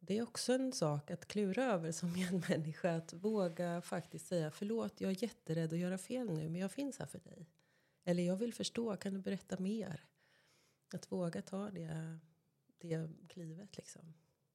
Det är också en sak att klura över som medmänniska. Att våga faktiskt säga förlåt, jag är jätterädd att göra fel nu, men jag finns här för dig. Eller jag vill förstå, kan du berätta mer? Att våga ta det klivet liksom.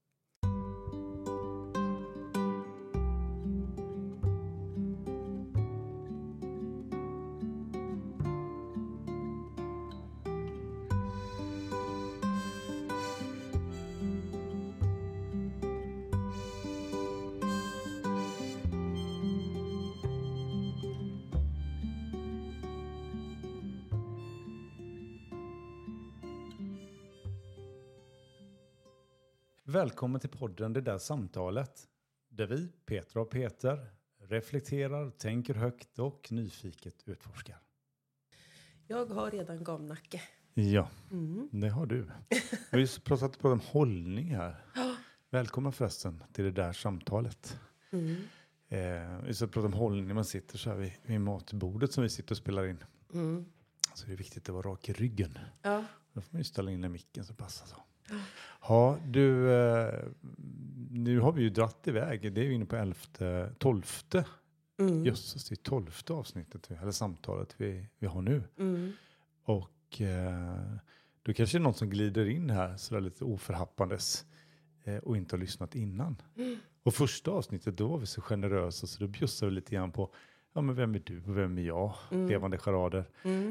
Välkommen till podden Det där samtalet. Där vi, Petra och Peter, reflekterar, tänker högt och nyfiket utforskar. Jag har redan gamnacke. Ja, det har du. Vi har ju pratat om hållning här. Välkommen förresten till det där samtalet. Vi ska prata om hållning när man sitter så här vid matbordet som vi sitter och spelar in. Så det är viktigt att vara rak i ryggen. Ja. Då får man ju ställa in den micken så passar så. Ja, du, nu har vi ju dratt iväg. Det är ju inne på 12:e. Just det, 12:e avsnittet, eller samtalet vi har nu. Och då kanske det är någon som glider in här så där lite oförhappandes och inte har lyssnat innan. Och första avsnittet, då var vi så generösa så då bjussade vi lite grann på men vem är du och vem är jag? Levande charader.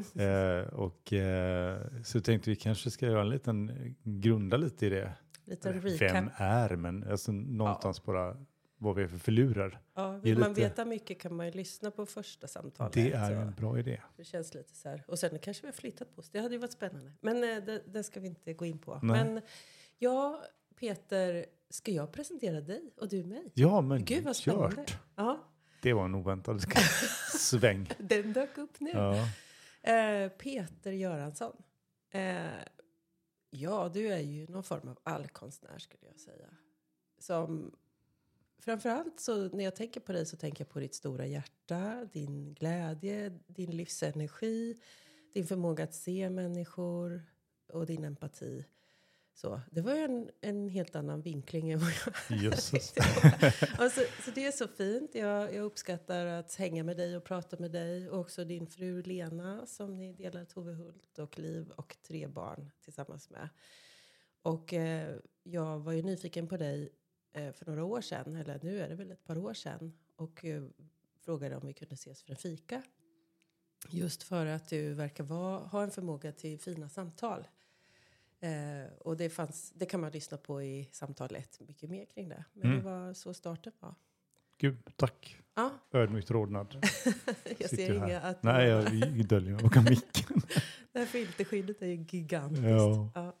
Så jag tänkte vi kanske ska göra en liten, grunda lite i det. Lite recap. Vem är, men alltså någonstans bara vad vi är för förlurar. Ja, vill man veta mycket kan man ju lyssna på första samtalet. Det är en bra idé. Det känns lite så här. Och sen kanske vi har flyttat på oss. Det hade ju varit spännande. Men det ska vi inte gå in på. Nej. Men ja, Peter, ska jag presentera dig och du mig? Ja, men gud vad spännande. Ja. Det var en oväntad sväng. Den dök upp nu. Ja. Peter Göransson. Ja, du är ju någon form av allkonstnär skulle jag säga. Som framförallt så när jag tänker på dig så tänker jag på ditt stora hjärta, din glädje, din livsenergi, din förmåga att se människor och din empati. Så det var ju en helt annan vinkling än vad jag Jesus. alltså, så det är så fint. Jag uppskattar att hänga med dig och prata med dig. Och också din fru Lena som ni delar Tove Hult och Liv och 3 barn tillsammans med. Och jag var ju nyfiken på dig för några år sedan. Eller nu är det väl ett par år sedan. Och frågade om vi kunde ses för en fika. Just för att du verkar ha en förmåga till fina samtal. Och det kan man lyssna på i samtal 1 mycket mer kring det. Men det var så starten var. Gud, tack. Ja. Ödmjukt rodnad. Jag ser inga att... Nej, jag döljer mig bakom micken. Det här filterskyddet är ju gigantiskt. Ja.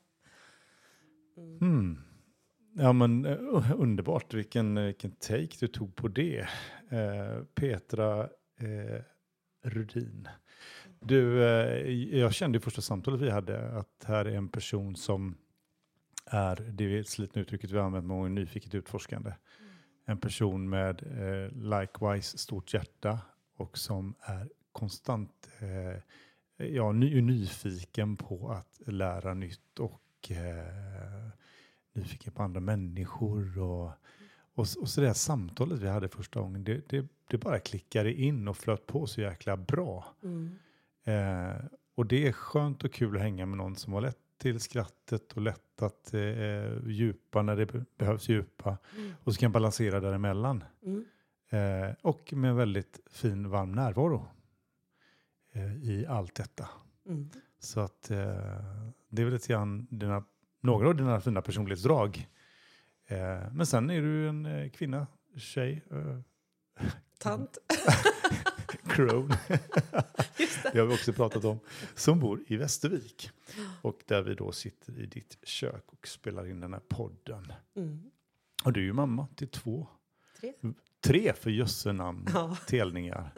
Ja, men underbart. Vilken take du tog på det. Petra Rudin. Du, jag kände i första samtalet vi hade att här är en person som är, det är ett slitna uttrycket vi har använt många nyfiket utforskande. En person med likewise stort hjärta och som är konstant nyfiken på att lära nytt och nyfiken på andra människor och så det här samtalet vi hade första gången det bara klickade in och flöt på så jäkla bra. Och det är skönt och kul att hänga med någon som var lätt till skrattet och lätt att djupa när det behövs djupa. Och så kan balansera däremellan. Och med en väldigt fin varm närvaro i allt detta. Så att det är väl lite grann några av dina fina personlighetsdrag. Men sen är du en kvinna, tjej. Tant. Crone. Det har vi också pratat om. Som bor i Västervik. Och där vi då sitter i ditt kök och spelar in den här podden. Och du är ju mamma till 3 för jösse namn. Telningar.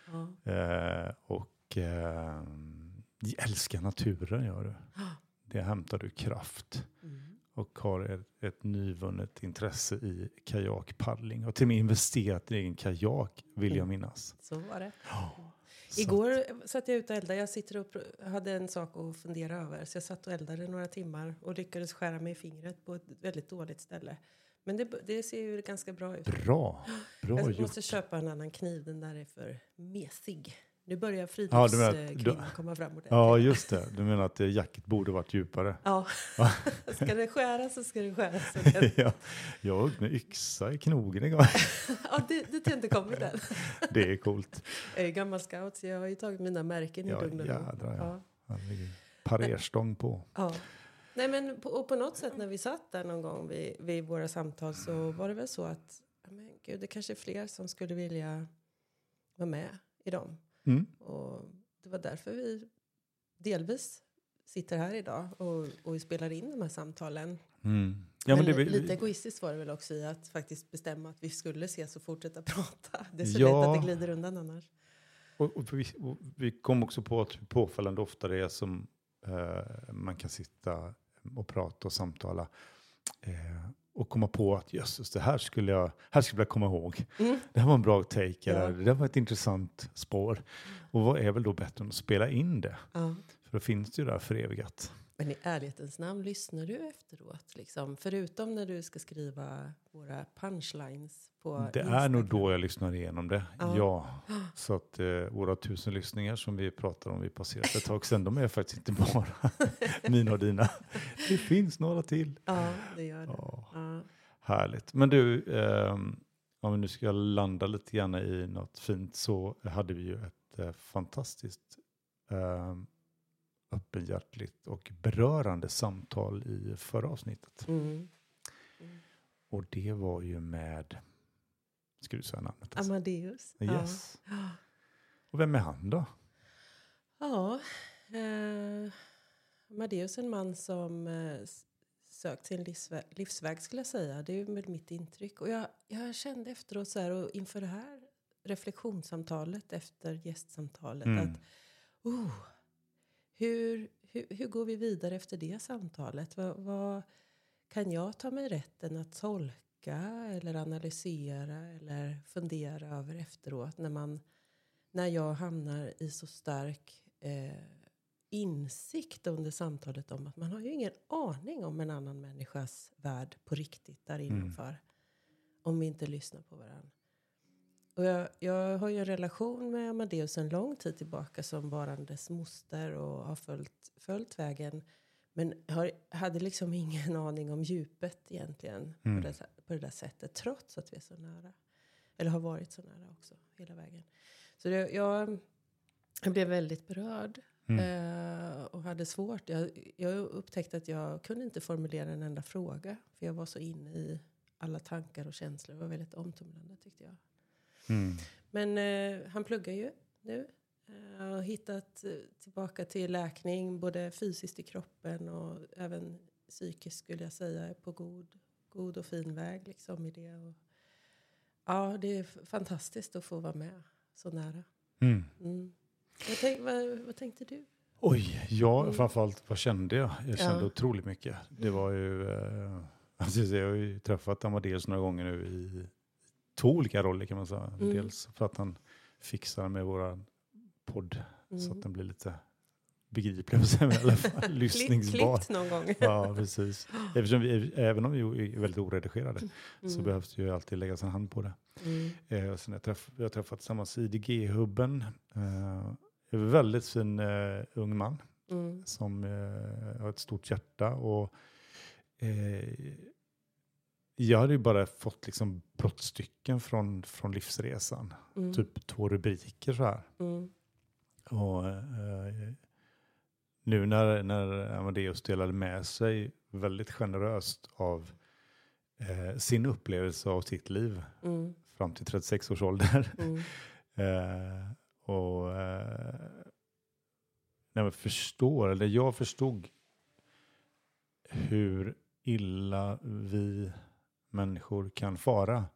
Och älskar naturen gör du. Det hämtar du kraft. Och har ett nyvunnet intresse i kajakpaddling. Och till och med investerat i egen kajak vill jag minnas. Så var det. Igår satt jag ute och eldade. Jag sitter och hade en sak att fundera över. Så jag satt och eldade några timmar. Och lyckades skära mig i fingret på ett väldigt dåligt ställe. Men det ser ju ganska bra ut. Bra Jag gjort. måste köpa en annan kniv. Den där är för mesig. Nu börjar Ja, fridlivskniven komma fram ordentligt. Ja, just det. Du menar att jacket borde varit djupare? Ja, ska det skäras så ska det skäras. Ja, jag har med yxa i knogen en gång. Ja, det har inte kommit än. Det är coolt. Jag är gammal scout så jag har ju tagit mina märken i lugn och ro. Ja. Parerstång på. Ja. Nej, men på något sätt när vi satt där någon gång vid våra samtal så var det väl så att men gud, det kanske är fler som skulle vilja vara med i dem. Mm. Och det var därför vi delvis sitter här idag och spelar in de här samtalen. Mm. Ja, men lite egoistiskt var det väl också i att faktiskt bestämma att vi skulle ses och fortsätta prata. Det är så lätt att det glider undan annars. Och vi kom också på att påfallande ofta det är som man kan sitta och prata och samtala och komma på att just det här skulle jag komma ihåg. Mm. Det här var en bra take, eller det var ett intressant spår. Och vad är väl då bättre än att spela in det? För då finns det ju där förevigat. Men i ärlighetens namn, lyssnar du efteråt? Liksom? Förutom när du ska skriva våra punchlines på Instagram. Det är nog då jag lyssnar igenom det. Ja. Så att våra 1000 lyssningar som vi pratar om, vi passerat ett tag sedan, de är faktiskt inte bara mina och dina. Det finns några till. Ja, det gör det. Ja. Härligt. Men du, om vi nu ska landa lite grann i något fint, så hade vi ju ett fantastiskt öppenhjärtligt och berörande samtal i förra avsnittet. Mm. Mm. Och det var ju med, ska du säga namnet? Alltså? Amadeus. Yes. Ja. Och vem är han då? Ja, Amadeus är en man som sökt sin livsväg skulle jag säga. Det är ju med mitt intryck. Och jag kände efteråt så här, och inför det här reflektionssamtalet efter gästsamtalet att hur går vi vidare efter det samtalet? Vad kan jag ta mig rätten att tolka eller analysera eller fundera över efteråt när jag hamnar i så stark insikt under samtalet om att man har ju ingen aning om en annan människas värld på riktigt där innanför. Om vi inte lyssnar på varandra. Och jag har ju en relation med Amadeus en lång tid tillbaka som varandes moster och har följt vägen. Men hade liksom ingen aning om djupet egentligen på det där sättet. Trots att vi är så nära. Eller har varit så nära också hela vägen. Så jag blev väldigt berörd. Och hade svårt. Jag upptäckte att jag kunde inte formulera en enda fråga. För jag var så inne i alla tankar och känslor. Det var väldigt omtumlande tyckte jag. Mm. Men han pluggar ju nu. Har hittat tillbaka till läkning. Både fysiskt i kroppen och även psykiskt skulle jag säga. Är på god och fin väg liksom i det. Och, ja, det är fantastiskt att få vara med så nära. Vad tänkte du? Oj, framförallt vad kände jag? Jag kände otroligt mycket. Det var ju... jag har ju träffat Amadeus några gånger nu i 2 olika roller kan man säga. Dels för att han fixar med våra podd så att den blir lite begriplig, i alla fall lyssningsbar. Klippt någon gång. Ja, precis. Eftersom även om vi är väldigt oredigerade så behövs det ju alltid läggas en hand på det. Sen jag har träffat tillsammans IDG-hubben. En väldigt fin ung man som har ett stort hjärta och jag hade ju bara fått liksom brottstycken från livsresan. Typ 2 rubriker så här. Och nu när Amadeus delade med sig väldigt generöst av sin upplevelse av sitt liv fram till 36 års ålder. Jag förstod hur illa vi människor kan fara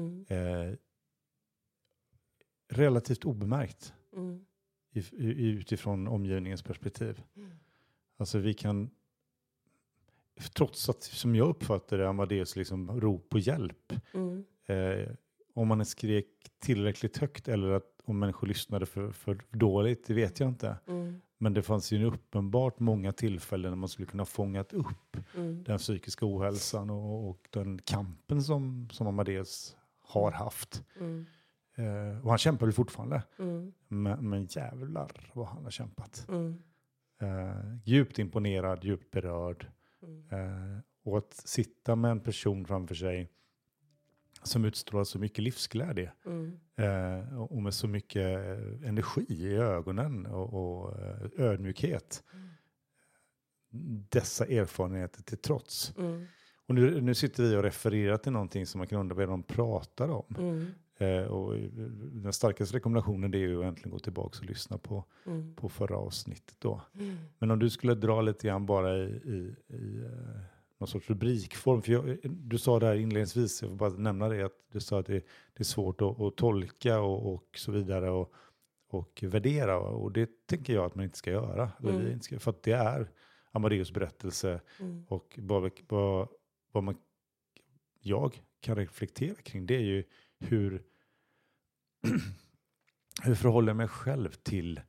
relativt obemärkt utifrån omgivningens perspektiv. Alltså vi kan, trots att som jag uppfattar det, Amadeus liksom rop på hjälp, om man skrek tillräckligt högt eller att om människor lyssnade för dåligt, det vet jag inte. Men det fanns ju uppenbart många tillfällen när man skulle kunna fångat upp den psykiska ohälsan och den kampen som Amadeus har haft. Och han kämpar ju fortfarande. Men jävlar vad han har kämpat. Djupt imponerad, djupt berörd. Och att sitta med en person framför sig som utstrålar så mycket livsglädje. Och med så mycket energi i ögonen och ödmjukhet. Dessa erfarenheter till trots. Och nu sitter vi och refererar till någonting som man kan undra vad de pratar om. Och den starkaste rekommendationen, det är ju att äntligen gå tillbaka och lyssna på förra avsnittet då. Men om du skulle dra lite grann bara i någon sorts rubrikform. För du sa där inledningsvis, jag får bara nämna det, att du sa att det är svårt att tolka och så vidare och värdera. Och det tänker jag att man inte ska göra. Eller vi inte ska, för att det är Amadeus berättelse. Och vad jag kan reflektera kring, det är ju hur förhåller jag mig själv till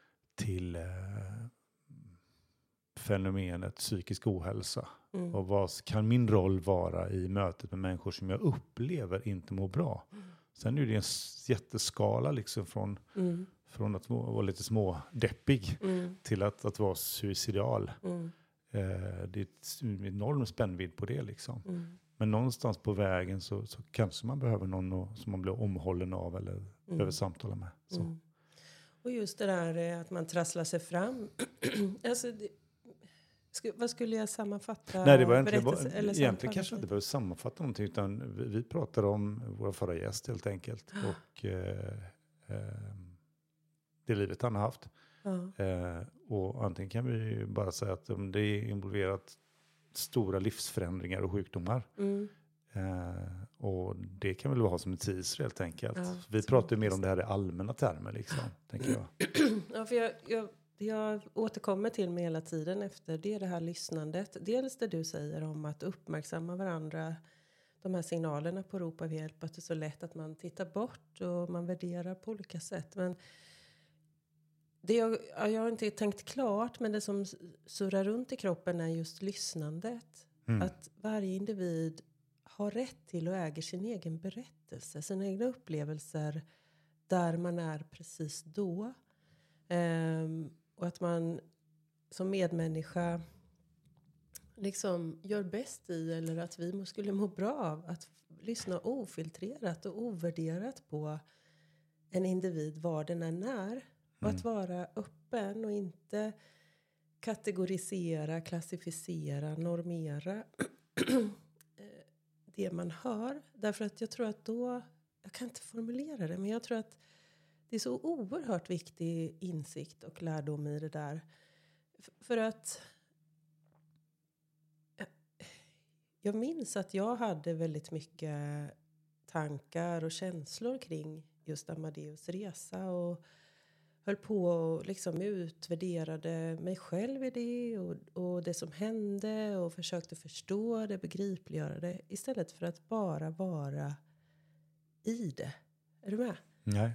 fenomenet psykisk ohälsa. Och vad kan min roll vara i mötet med människor som jag upplever inte mår bra. Sen är det en jätteskala liksom från att vara lite smådeppig till att vara suicidal. Det är ett enorm spännvidd på det liksom. Men någonstans på vägen så kanske man behöver någon som man blir omhållen av eller behöver samtala med. Så. Och just det där att man trasslar sig fram. Alltså, vad skulle jag sammanfatta? Nej, det var egentligen kanske inte behöver sammanfatta någonting, utan vi pratar om vår förra gäst helt enkelt. Och det livet han har haft. Och antingen kan vi ju bara säga att det är involverat stora livsförändringar och sjukdomar. Och det kan väl vara som en teaser helt enkelt. Vi pratar ju mer om det här i allmänna termer liksom, tänker jag. Ja, för jag återkommer till mig hela tiden efter det här lyssnandet. Dels det du säger om att uppmärksamma varandra, de här signalerna på rop av hjälp, att det är så lätt att man tittar bort och man värderar på olika sätt. Men det jag har inte tänkt klart, men det som surrar runt i kroppen är just lyssnandet. Att varje individ har rätt till och äger sin egen berättelse, sina egna upplevelser där man är precis då. Och att man som medmänniska liksom gör bäst i, eller att vi skulle må bra av att lyssna ofiltrerat och ovärderat på en individ var den än är. Och att vara öppen och inte kategorisera, klassificera, normera det man hör. Därför att jag tror att jag kan inte formulera det, men jag tror att det är så oerhört viktig insikt och lärdom i det där. För att jag minns att jag hade väldigt mycket tankar och känslor kring just Amadeus resa. Och höll på och liksom utvärderade mig själv i det och det som hände. Och försökte förstå det, begripliggöra det. Istället för att bara vara i det. Är du med? Nej.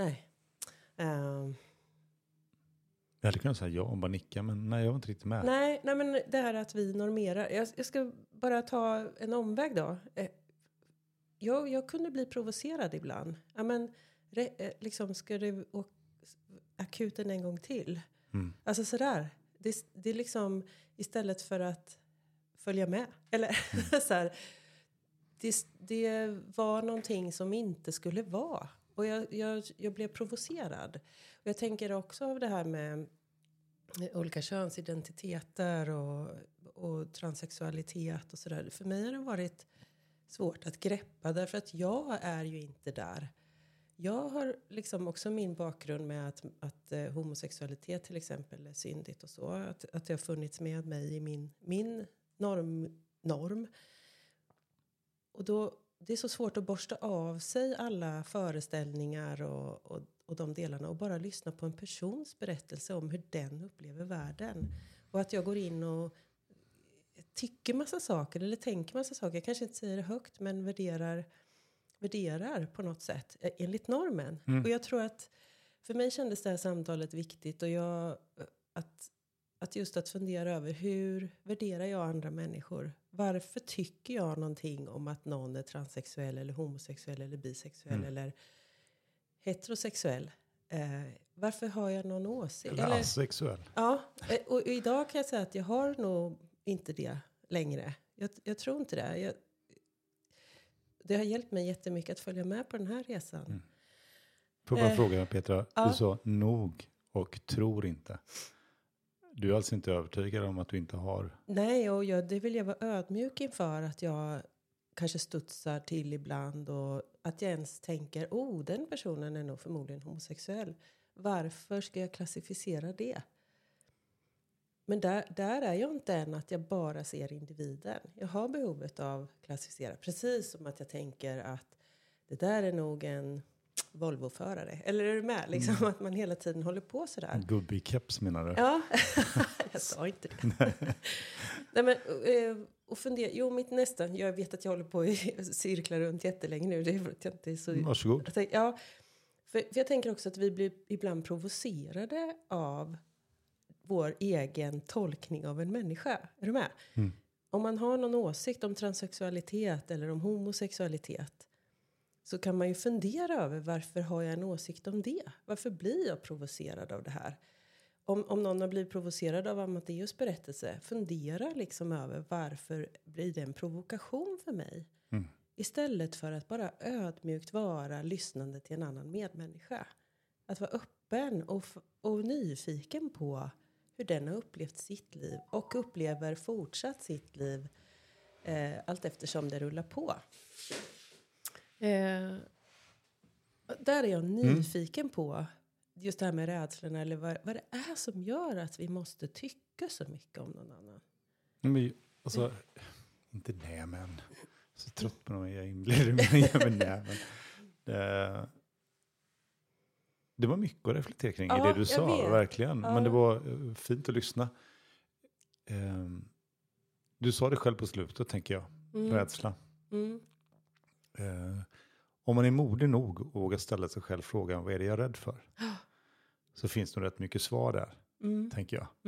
Jag hade kunnat säga ja och bara nicka, men nej, jag var inte riktigt med. Nej, men det här att vi normerar. Jag ska bara ta en omväg då. Jag kunde bli provocerad ibland. Ja, men liksom ska det akuten en gång till. Alltså sådär. Det är liksom istället för att följa med. Eller så här. Det var någonting som inte skulle vara. Och jag blev provocerad. Och jag tänker också av det här med olika könsidentiteter och transsexualitet och sådär. För mig har det varit svårt att greppa, därför att jag är ju inte där. Jag har liksom också min bakgrund med att homosexualitet till exempel är syndigt och så. Att det har funnits med mig i min norm. Och då, det är så svårt att borsta av sig alla föreställningar och de delarna. Och bara lyssna på en persons berättelse om hur den upplever världen. Och att jag går in och tycker massa saker eller tänker massa saker. Jag kanske inte säger det högt, men värderar på något sätt enligt normen. Och jag tror att för mig kändes det här samtalet viktigt. Och att just att fundera över hur värderar jag andra människor? Varför tycker jag någonting om att någon är transsexuell eller homosexuell eller bisexuell eller heterosexuell? Varför har jag någon åsikt? Eller asexuell. Ja, och idag kan jag säga att jag har nog inte det längre. Jag tror inte det. Det har hjälpt mig jättemycket att följa med på den här resan. Får jag bara fråga Petra, du sa nog och tror inte. Du är alltså inte övertygad om att du inte har... Nej, och det vill jag vara ödmjuk inför, att jag kanske studsar till ibland och att jag ens tänker, den personen är nog förmodligen homosexuell. Varför ska jag klassificera det? Men där är jag inte än att jag bara ser individen. Jag har behovet av klassificera. Precis som att jag tänker att det där är nog en Volvo-förare. Eller är du med? Liksom att man hela tiden håller på sådär. Gubbe i keps menar du? Ja, jag sa inte det. Nej, men, och fundera, mitt nästa. Jag vet att jag håller på i cirklar runt jättelänge nu. Det är att jag inte är så... Varsågod. Ja, för jag tänker också att vi blir ibland provocerade av vår egen tolkning av en människa. Är du med? Om man har någon åsikt om transsexualitet eller om homosexualitet, så kan man ju fundera över, varför har jag en åsikt om det? Varför blir jag provocerad av det här? Om någon har blivit provocerad av Amadeus berättelse, fundera liksom över varför blir det en provokation för mig? Istället för att bara ödmjukt vara lyssnande till en annan medmänniska. Att vara öppen och nyfiken på hur den har upplevt sitt liv och upplever fortsatt sitt liv allt eftersom det rullar på. Där är jag nyfiken på just det här med rädslan, eller vad det är som gör att vi måste tycka så mycket om någon annan. Men, alltså, inte nämen. Så trött på dem jag inleder med nämen. Det var mycket att reflektera kring i det du sa, verkligen. Ja. Men det var fint att lyssna. Du sa det själv på slutet, tänker jag. Rädsla. Om man är modig nog och vågar ställa sig själv frågan, vad är det jag är rädd för? Så finns det nog rätt mycket svar där, tänker jag.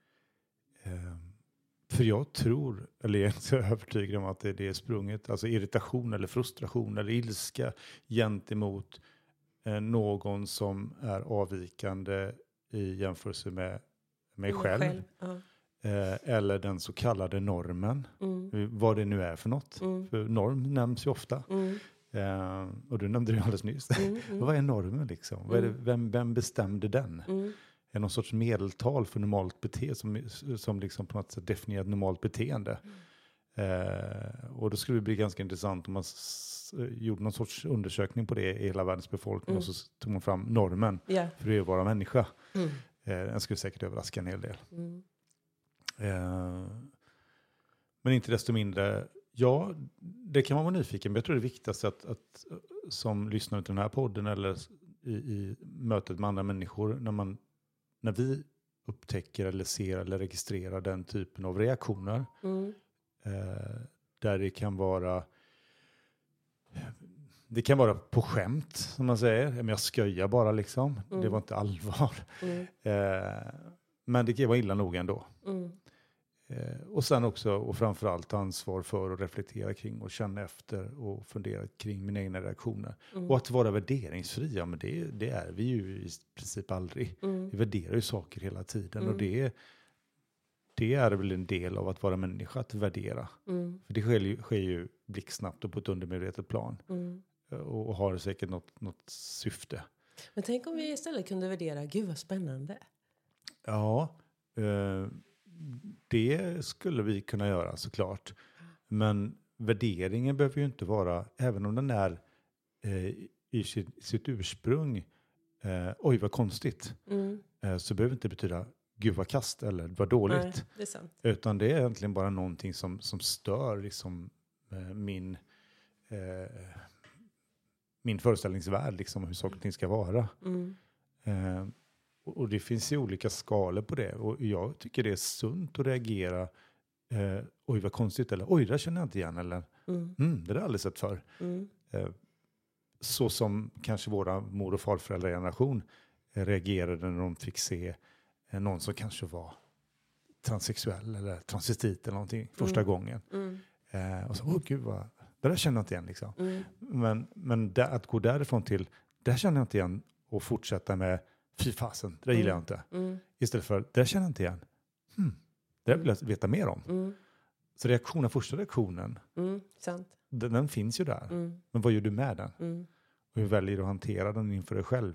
För jag tror, eller jag är inte så övertygad om att det är sprunget, alltså irritation eller frustration eller ilska gentemot någon som är avvikande i jämförelse med mig själv. Eller den så kallade normen. Vad det nu är för något. För norm nämns ju ofta. Och du nämnde det alldeles nyss. Vad är normen liksom? Vad är det, vem bestämde den? Är någon sorts medeltal för normalt beteende som liksom på något sätt definierar normalt beteende. Och då skulle det bli ganska intressant om man gjorde någon sorts undersökning på det i hela världens befolkning och så tog man fram normen för att vara människa. Den skulle säkert överraska en hel del. Men inte desto mindre, ja, det kan man vara nyfiken. Men jag tror det viktigaste att som lyssnar till den här podden eller i mötet med andra människor, när vi upptäcker eller ser eller registrerar den typen av reaktioner där det kan vara på skämt, som man säger. Men jag skojar bara liksom. Det var inte allvar. Men det kan vara illa nog ändå. Och sen också, och framförallt ansvar för att reflektera kring och känna efter och fundera kring mina egna reaktioner. Och att vara värderingsfria, men det är vi ju i princip aldrig. Vi värderar ju saker hela tiden och det är väl en del av att vara människa, att värdera. För det sker ju blixtsnabbt och på ett undermedvetet plan. Och har säkert något syfte. Men tänk om vi istället kunde värdera, gud vad spännande. Ja, det skulle vi kunna göra såklart. Men värderingen behöver ju inte vara, även om den är i sitt ursprung, oj vad konstigt. Så behöver det inte betyda gud vad kast eller vad dåligt. Nej, det är sant. Utan det är egentligen bara någonting som stör liksom, min föreställningsvärld, liksom, hur saker och ting ska vara. Och det finns ju olika skalor på det. Och jag tycker det är sunt att reagera. Oj vad konstigt. Eller oj, det känner jag inte igen. Eller det har jag aldrig sett för. Så som kanske våra mor- och farföräldrageneration reagerade när de fick se någon som kanske var transsexuell eller transvestit eller någonting första gången. Och så, gud vad, det där känner jag inte igen liksom. Men att gå därifrån till, det känner jag inte igen, och fortsätta med, fy fasen, det gillar jag inte. Istället för, det känner jag inte igen. Det vill jag veta mer om. Så första reaktionen, Sant. Den finns ju där. Men vad gör du med den? Och hur väljer du att hantera den inför dig själv?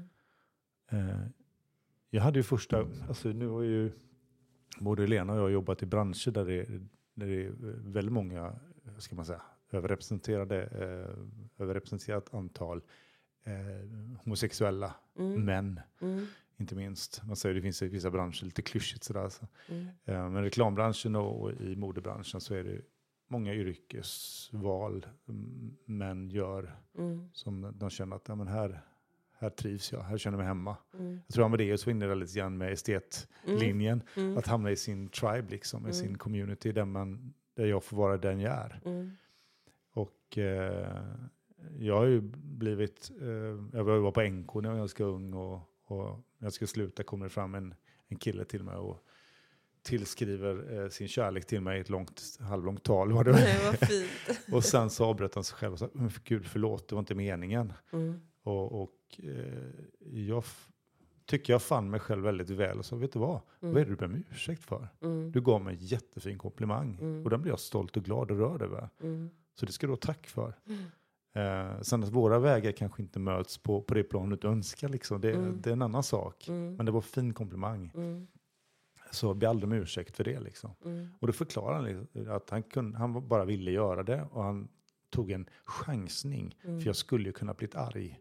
Jag hade ju första, alltså nu har ju både Lena och jag jobbat i branscher där det är väldigt många, ska man säga, överrepresenterat antal homosexuella män. Inte minst. Man säger det finns i vissa branscher lite klyschigt sådär. Så. Men reklambranschen och i modebranschen så är det många yrkesval män gör som de känner att men här trivs jag, här känner jag mig hemma. Jag tror med det så vinner det lite grann med estetlinjen. Att hamna i sin tribe liksom, i sin community där jag får vara den jag är. Och jag har ju blivit, jag var på NK när jag var ganska ung och när jag ska sluta kommer det fram en kille till mig och tillskriver sin kärlek till mig i ett halvlångt tal. Var det var fint. Och sen så avbröt han sig själv och sa, men gud förlåt, det var inte meningen. Och jag tycker jag fann mig själv väldigt väl och så, vet du vad är det du ber om ursäkt för? Du gav mig en jättefin komplimang och den blir jag stolt och glad och rörd över. Så det ska du ha tack för. Sen att våra vägar kanske inte möts på det planet du önskar liksom. Det är en annan sak. Men det var en fin komplimang. Så jag ber aldrig om ursäkt för det liksom. Och då förklarar han att han bara ville göra det och han tog en chansning för jag skulle ju kunna bli arg.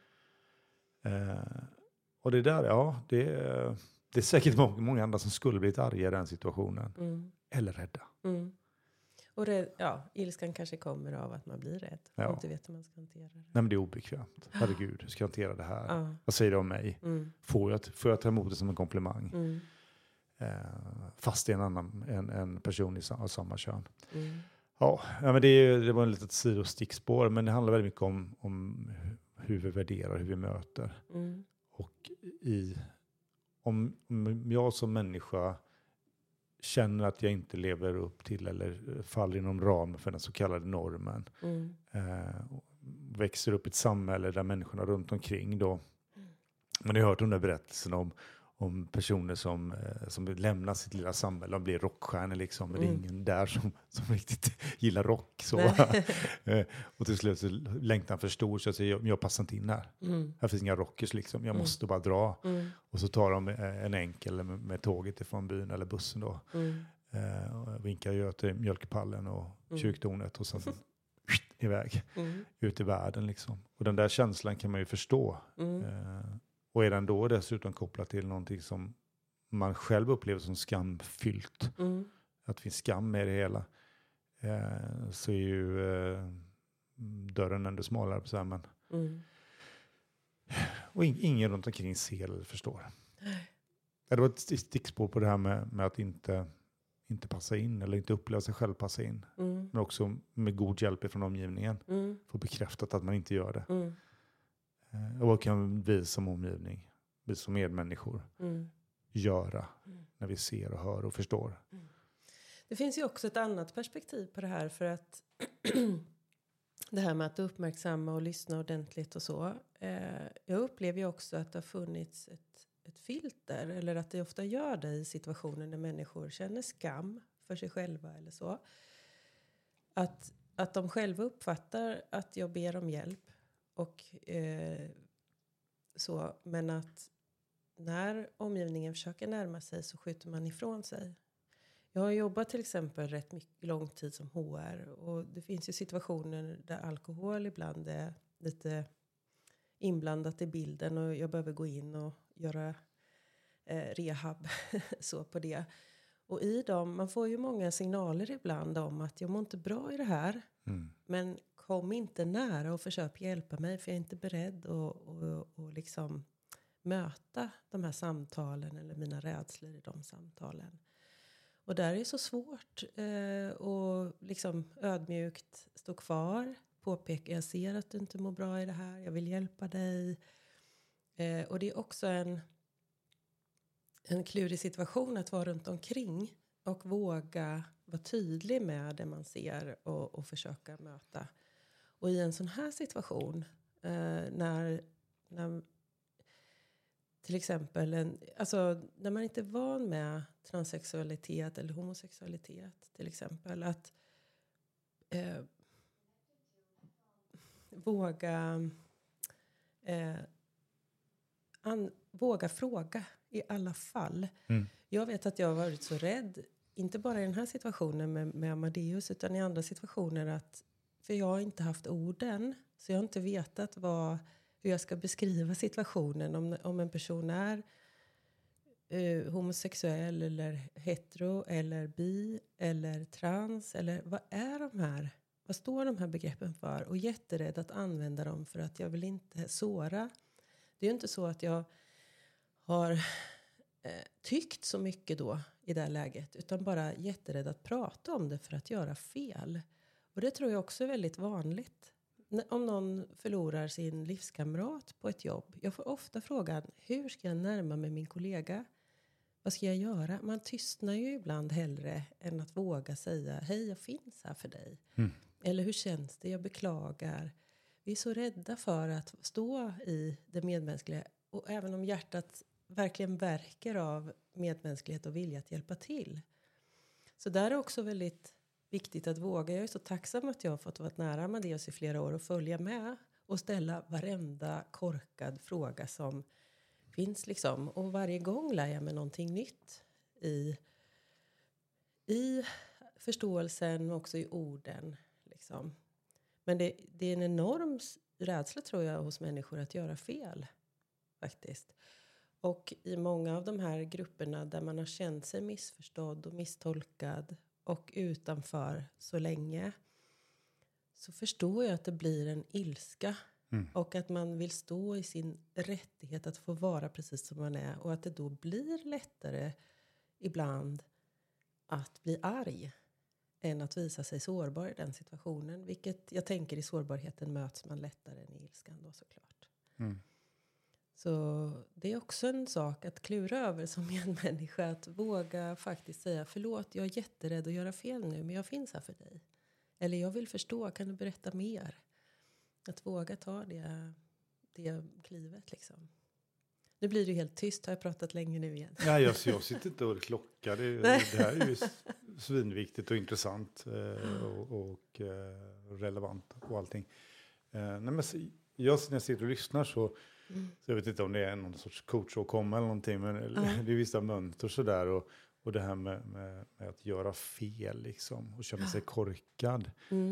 Och det där, det är säkert många andra som skulle blivit arga i den situationen. Eller rädda. Och ilskan kanske kommer av att man blir rädd. Och inte vet hur man ska hantera det. Nej, men det är obekvämt. Herregud, hur ska jag hantera det här? Vad säger det om mig? Får jag ta emot det som en komplimang? Fast det är en person av samma kön. Ja, men det var en litet sidostickspår. Men det handlar väldigt mycket om hur vi värderar, hur vi möter. Och om jag som människa känner att jag inte lever upp till eller faller inom ramen för den så kallade normen. Växer upp i ett samhälle där människorna runt omkring då. Man har hört de där berättelserna om personer som lämnar sitt lilla samhälle och blir rockstjärnor liksom. Men det är ingen där som riktigt gillar rock. Så. Och till slut så längtan för stor så jag säger jag passar inte in här. Här finns inga rockers liksom. Jag måste bara dra. Och så tar de en enkel med tåget ifrån byn eller bussen då. Och vinkar ju till mjölkpallen och kyrktornet och sen iväg ut i världen liksom. Och den där känslan kan man ju förstå. Och är den då dessutom kopplad till någonting som man själv upplever som skamfyllt. Att det finns skam med det hela. Så är ju dörren ändå smalare på samman. Och ingen runt omkring ser eller förstår. Det var ett stickspår på det här med att inte passa in eller inte uppleva sig själv passa in. Men också med god hjälp från omgivningen. Få bekräftat att man inte gör det. Och vad kan vi som omgivning, vi som medmänniskor göra när vi ser och hör och förstår? Det finns ju också ett annat perspektiv på det här för att det här med att uppmärksamma och lyssna ordentligt och så. Jag upplever ju också att det har funnits ett filter eller att det ofta gör det i situationer när människor känner skam för sig själva eller så. Att de själva uppfattar att jag ber om hjälp. Och så, men att när omgivningen försöker närma sig så skjuter man ifrån sig. Jag har jobbat till exempel rätt mycket lång tid som HR och det finns ju situationer där alkohol ibland är lite inblandat i bilden och jag behöver gå in och göra rehab så på det. Och i dem, man får ju många signaler ibland om att jag mår inte bra i det här. Men kom inte nära och försök hjälpa mig för jag är inte beredd att liksom möta de här samtalen eller mina rädslor i de samtalen. Och där är det så svårt att liksom ödmjukt stå kvar, påpeka jag ser att du inte mår bra i det här, jag vill hjälpa dig. Och det är också en klurig situation att vara runt omkring och våga vara tydlig med det man ser och försöka möta. Och i en sån här situation när till exempel när man inte är van med transsexualitet eller homosexualitet till exempel, att våga fråga i alla fall. Jag vet att jag har varit så rädd, inte bara i den här situationen med Amadeus, utan i andra situationer, för jag har inte haft orden, så jag har inte vetat hur jag ska beskriva situationen, om en person är homosexuell eller hetero eller bi eller trans, eller vad står de här begreppen för, och jätterädd att använda dem för att jag vill inte såra. Det är ju inte så att jag har tyckt så mycket då i det här läget, utan bara jätterädd att prata om det för att göra fel. Och det tror jag också är väldigt vanligt. Om någon förlorar sin livskamrat på ett jobb. Jag får ofta frågan, hur ska jag närma mig min kollega? Vad ska jag göra? Man tystnar ju ibland hellre än att våga säga, hej, jag finns här för dig. Eller hur känns det? Jag beklagar. Vi är så rädda för att stå i det medmänskliga. Och även om hjärtat verkligen verkar av medmänsklighet och vilja att hjälpa till. Så där är också väldigt viktigt att våga. Jag är så tacksam att jag har fått vara nära Amadeus i flera år och följa med och ställa varenda korkad fråga som finns liksom. Och varje gång lär jag mig någonting nytt i förståelsen och också i orden liksom. Men det är en enorm rädsla, tror jag, hos människor att göra fel faktiskt. Och i många av de här grupperna där man har känt sig missförstådd och misstolkad och utanför så länge, så förstår jag att det blir en ilska. Och att man vill stå i sin rättighet att få vara precis som man är. Och att det då blir lättare ibland att bli arg än att visa sig sårbar i den situationen. Vilket jag tänker, i sårbarheten möts man lättare än i ilskan då, såklart. Så det är också en sak att klura över som en människa. Att våga faktiskt säga, förlåt, jag är jätterädd att göra fel nu, men jag finns här för dig. Eller jag vill förstå, kan du berätta mer? Att våga ta det klivet liksom. Nu blir det helt tyst, har jag pratat länge nu igen. Nej, jag sitter inte och klockar. Det här är ju svinviktigt och intressant och relevant och allting. Nej, men när jag sitter och lyssnar så jag vet inte om det är någon sorts coach att komma eller någonting, men det är vissa mönster sådär, och det här med att göra fel liksom, och känna sig korkad.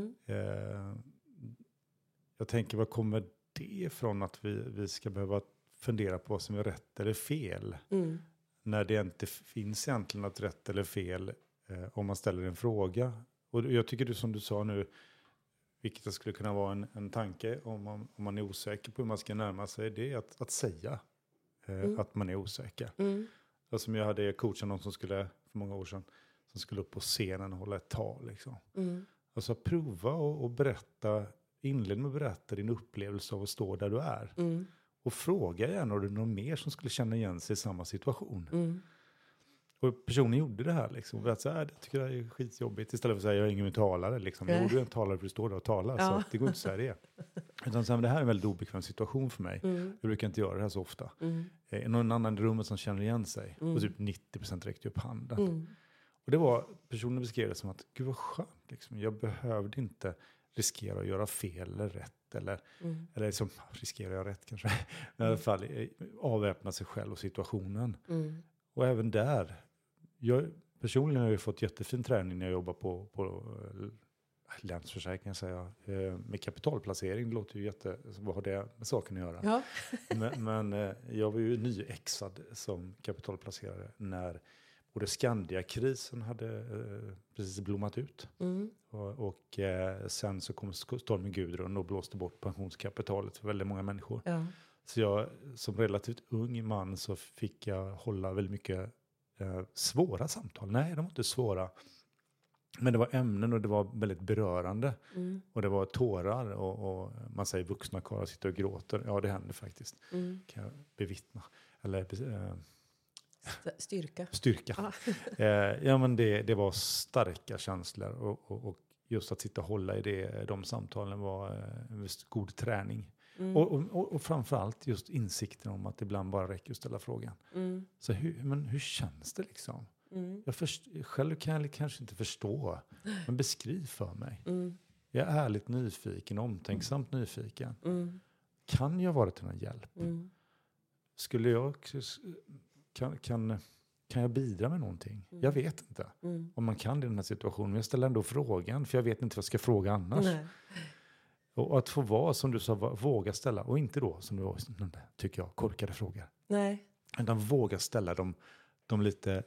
Jag tänker, vad kommer det ifrån att vi ska behöva fundera på vad som är rätt eller fel? När det inte finns egentligen något rätt eller fel om man ställer en fråga. Och jag tycker, som du sa nu, vilket det skulle kunna vara en tanke om man är osäker på hur man ska närma sig, det är att säga att man är osäker. Alltså, jag hade coachat någon som för många år sedan, som skulle upp på scenen och hålla ett tal liksom. Alltså prova och berätta, inled med att berätta din upplevelse av att stå där du är. Och fråga gärna om det är någon mer som skulle känna igen sig i samma situation. Och personen gjorde det här liksom. Att säga, det tycker jag är skitjobbigt. Istället för att säga, jag är ingen talare liksom. Jo, du är en talare för att stå där och tala. Så det går inte att säga det. Utan så här, det här är en väldigt obekväm situation för mig. Jag brukar inte göra det här så ofta. Någon annan i rummet som känner igen sig. Och typ 90% räckte upp handen. Och det var, personen beskrev det som att, gud vad skönt liksom. Jag behövde inte riskera att göra fel eller rätt. Eller liksom, riskerar jag rätt kanske. Men i alla fall avväpna sig själv och situationen. Och även där, jag personligen har ju fått jättefin träning när jag jobbar på Länsförsäkringen, säger jag, med kapitalplacering. Det låter ju vad har det med saken att göra? Ja. men jag var ju nyexad som kapitalplacerare när både Skandia-krisen hade precis blommat ut. Och sen så kom stormen Gudrun och blåste bort pensionskapitalet för väldigt många människor. Så jag, som relativt ung man, så fick jag hålla väldigt mycket svåra samtal. Nej, de var inte svåra. Men det var ämnen och det var väldigt berörande. Och det var tårar och man säger vuxna karlar sitter och gråter. Ja, det händer faktiskt. Kan jag bevittna. Eller Styrka. Styrka. Ja, men det var starka känslor och just att sitta och hålla i de samtalen var en god träning. Och framförallt just insikten om att det ibland bara räcker att ställa frågan. Så hur känns det liksom? Själv kan jag kanske inte förstå, men beskriv för mig. Jag är ärligt nyfiken, omtänksamt nyfiken. Kan jag vara till någon hjälp? Skulle jag... Kan jag bidra med någonting? Jag vet inte. Om man kan det i den här situationen. Men jag ställer ändå frågan. För jag vet inte vad jag ska fråga annars. Nej. Och att få vara, som du sa, våga ställa. Och inte då, som du var, tycker jag, korkade frågor. Nej. Utan våga ställa de lite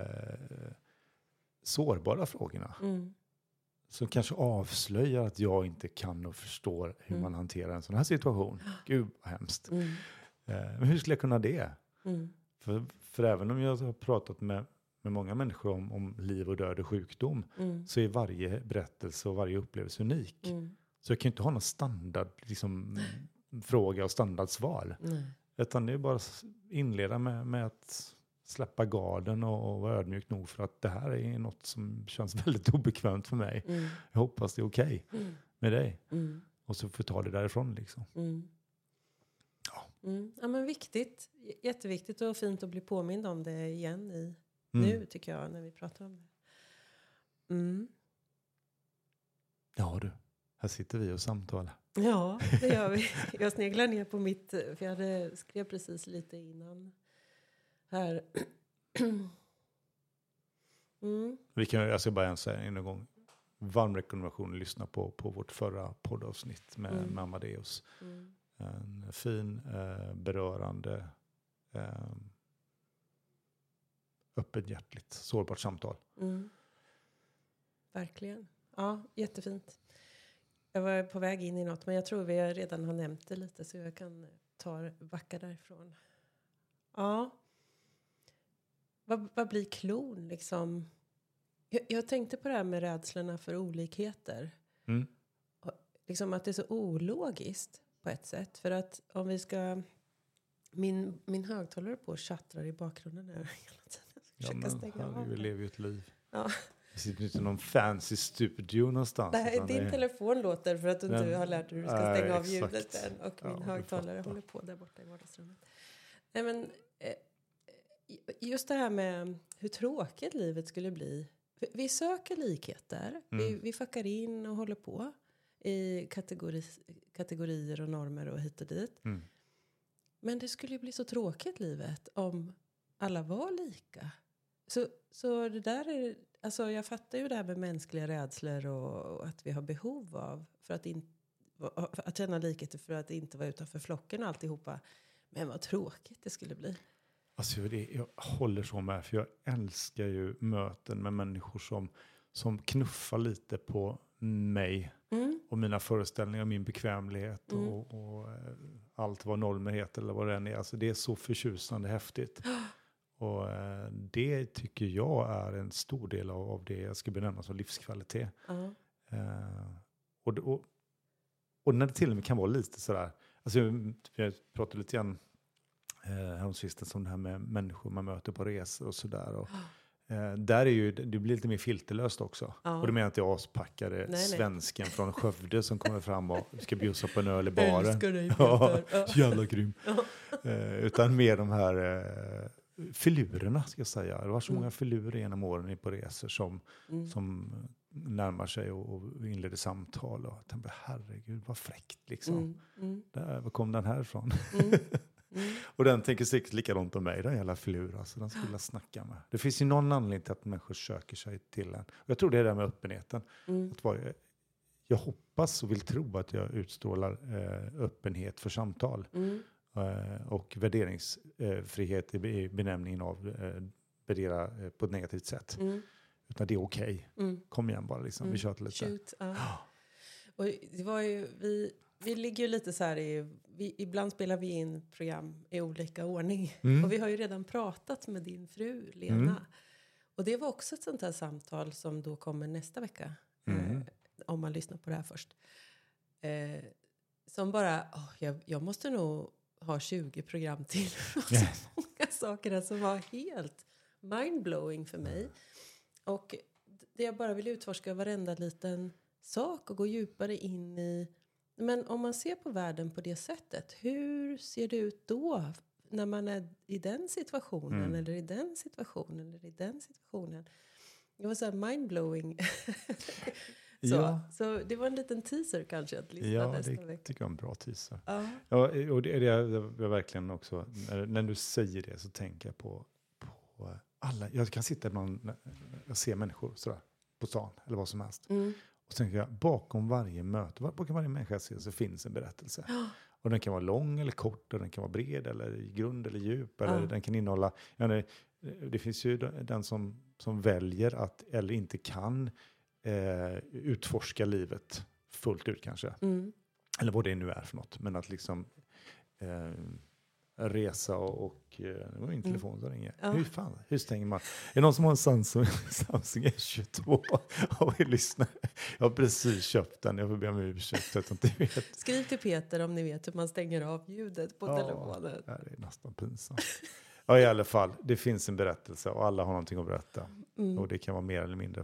sårbara frågorna. Som kanske avslöjar att jag inte kan och förstår hur man hanterar en sån här situation. Gud, vad hemskt. Men hur skulle jag kunna det? För även om jag har pratat med många människor om liv och död och sjukdom, så är varje berättelse och varje upplevelse unik. Så jag kan inte ha någon standard fråga och standardsvar. Utan det är bara att inleda med att släppa garden och vara ödmjuk nog för att det här är något som känns väldigt obekvämt för mig. Jag hoppas det är okej med dig. Och så får vi ta det därifrån liksom. Ja, men viktigt. Jätteviktigt och fint att bli påmind om det igen nu, tycker jag, när vi pratar om det. Ja du, här sitter vi och samtalar. Ja, det gör vi. Jag sneglar ner på mitt, för jag skrev precis lite innan här. Jag ska bara säga en gång. Varm rekommendation att lyssna på vårt förra poddavsnitt med Amadeus. En fin, berörande, öppenhjärtligt, sårbart samtal. Verkligen. Ja, jättefint. Jag var på väg in i något, men jag tror vi redan har nämnt det lite, så jag kan backa därifrån. Ja. Vad blir klon liksom? Jag tänkte på det här med rädslorna för olikheter. Liksom att det är så ologiskt på ett sätt. För att om vi ska... Min högtalare på och tjattrar i bakgrunden här hela tiden. Jag ska stänga av. Vi lever ju ett liv. Ja. Det sitter inte i någon fancy studio någonstans. Nej, din telefon låter för att du inte har lärt dig hur du ska stänga av ljudet än. Och min högtalare håller på där borta i vardagsrummet. Nej, men just det här med hur tråkigt livet skulle bli. Vi söker likheter. Vi fuckar in och håller på i kategorier och normer och hit och dit. Men det skulle ju bli så tråkigt livet om alla var lika. Så det där är... Alltså jag fattar ju det här med mänskliga rädslor och att vi har behov av för att känna likheter för att inte vara utanför flocken och alltihopa. Men vad tråkigt det skulle bli. Alltså jag håller så med, för jag älskar ju möten med människor som knuffar lite på mig och mina föreställningar, min bekvämlighet och allt vad normer heter eller vad det än är. Alltså det är så förtjusande häftigt. Och det tycker jag är en stor del av det jag ska benämna som livskvalitet. Och när det till och med kan vara lite sådär, alltså jag pratade lite grann häromsistens om det här med människor man möter på resor och sådär. Och där är ju, det blir lite mer filterlöst också. Och det menar att jag aspackade svensken från Skövde som kommer fram och ska bjussa på en öl i baren. Älskar dig, jävla grym. Utan mer de här filurerna, ska jag säga. Det var så många filurer genom åren på resor som närmar sig och inleder samtal. Och jag tänkte, herregud, vad fräckt liksom. Var kom den här ifrån? Och den tänker säkert likadant om mig, den jävla filur. Alltså, den skulle jag snacka med. Det finns ju någon anledning till att människor söker sig till en. Och jag tror det är det med öppenheten. Jag hoppas och vill tro att jag utstrålar öppenhet för samtal. Och värderingsfrihet i benämningen av värdera på ett negativt sätt. Utan det är okej. Kom igen bara liksom. Vi kör lite. Shoot, och det var ju, vi ligger ju lite så här ibland spelar vi in program i olika ordning. Och vi har ju redan pratat med din fru Lena. Och det var också ett sånt här samtal som då kommer nästa vecka. Om man lyssnar på det här först. Som bara, jag måste nog ha 20 program till. Så många sakerna som var helt mindblowing för mig. Och det jag bara vill utforska varenda liten sak och gå djupare in i. Men om man ser på världen på det sättet, hur ser det ut då när man är i den situationen eller i den situationen eller i den situationen? Det var så här mindblowing. Så det var en liten teaser kanske att lyssna nästa vecka. Ja, det tycker jag är en bra teaser. Ja, och det är jag verkligen också, när du säger det så tänker jag på alla. Jag kan sitta ibland, jag ser människor sådär på stan eller vad som helst. Och så tänker jag, bakom varje möte, bakom varje människa jag ser så finns en berättelse. Och den kan vara lång eller kort, och den kan vara bred eller grund eller djup. Eller den kan innehålla, det finns ju den som väljer att eller inte kan utforska livet fullt ut kanske. Eller vad det nu är för något. Men att liksom resa och det var min telefon som ringer. Hur stänger man? Är det någon som har en Samsung S22 och vill lyssna? Jag har precis köpt den. Jag får be om ursäkt. Skriv till Peter om ni vet hur man stänger av ljudet på telefonen. Det är nästan pinsamt. Ja, i alla fall. Det finns en berättelse och alla har någonting att berätta. Och det kan vara mer eller mindre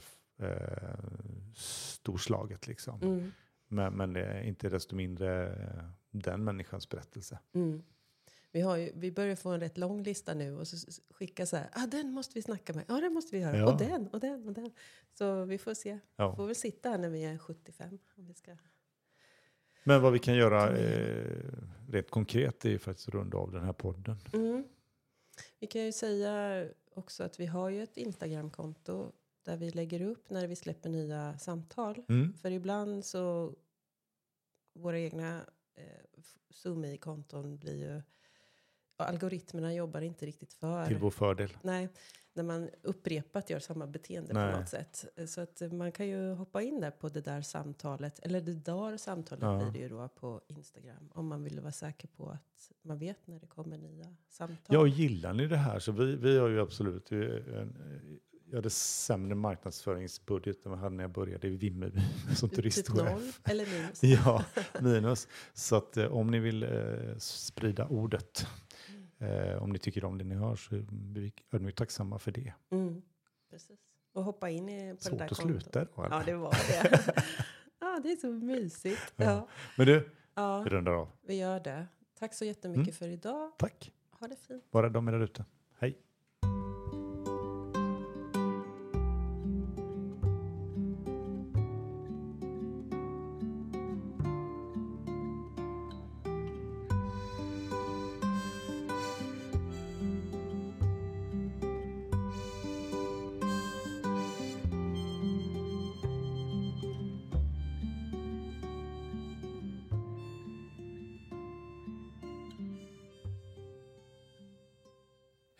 storslaget liksom. Men det är inte desto mindre den människans berättelse. Vi börjar få en rätt lång lista nu och så skicka så här, den måste vi snacka med. Ja, den måste vi göra. Ja. Och den. Så vi får se. Ja. Vi får väl sitta här när vi är 75. Om vi ska... Men vad vi kan göra rätt konkret är för att runda av den här podden. Vi kan ju säga också att vi har ju ett Instagram-konto där vi lägger upp när vi släpper nya samtal. För ibland så våra egna Zoom-konton blir ju... Algoritmerna jobbar inte riktigt till vår fördel. Nej, när man upprepat gör samma beteende på något sätt. Så att man kan ju hoppa in där på det där samtalet. Eller det där samtalet blir det ju då på Instagram. Om man vill vara säker på att man vet när det kommer nya samtal. Ja, och gillar ni det här så vi har ju absolut... Jag hade sämre marknadsföringsbudget än vad jag hade när jag började i Vimmerby som turistchef. Typ 0 eller minus. Ja, minus. Så att om ni vill sprida ordet, om ni tycker om det ni hör så är vi ödmjukt tacksamma för det. Precis. Och hoppa in på svårt det där att sluta då, eller? Ja, det var det. Det är så mysigt. Ja. Men du, vi rundar av. Vi gör det. Tack så jättemycket för idag. Tack. Ha det fint. Var rädd om er där ute.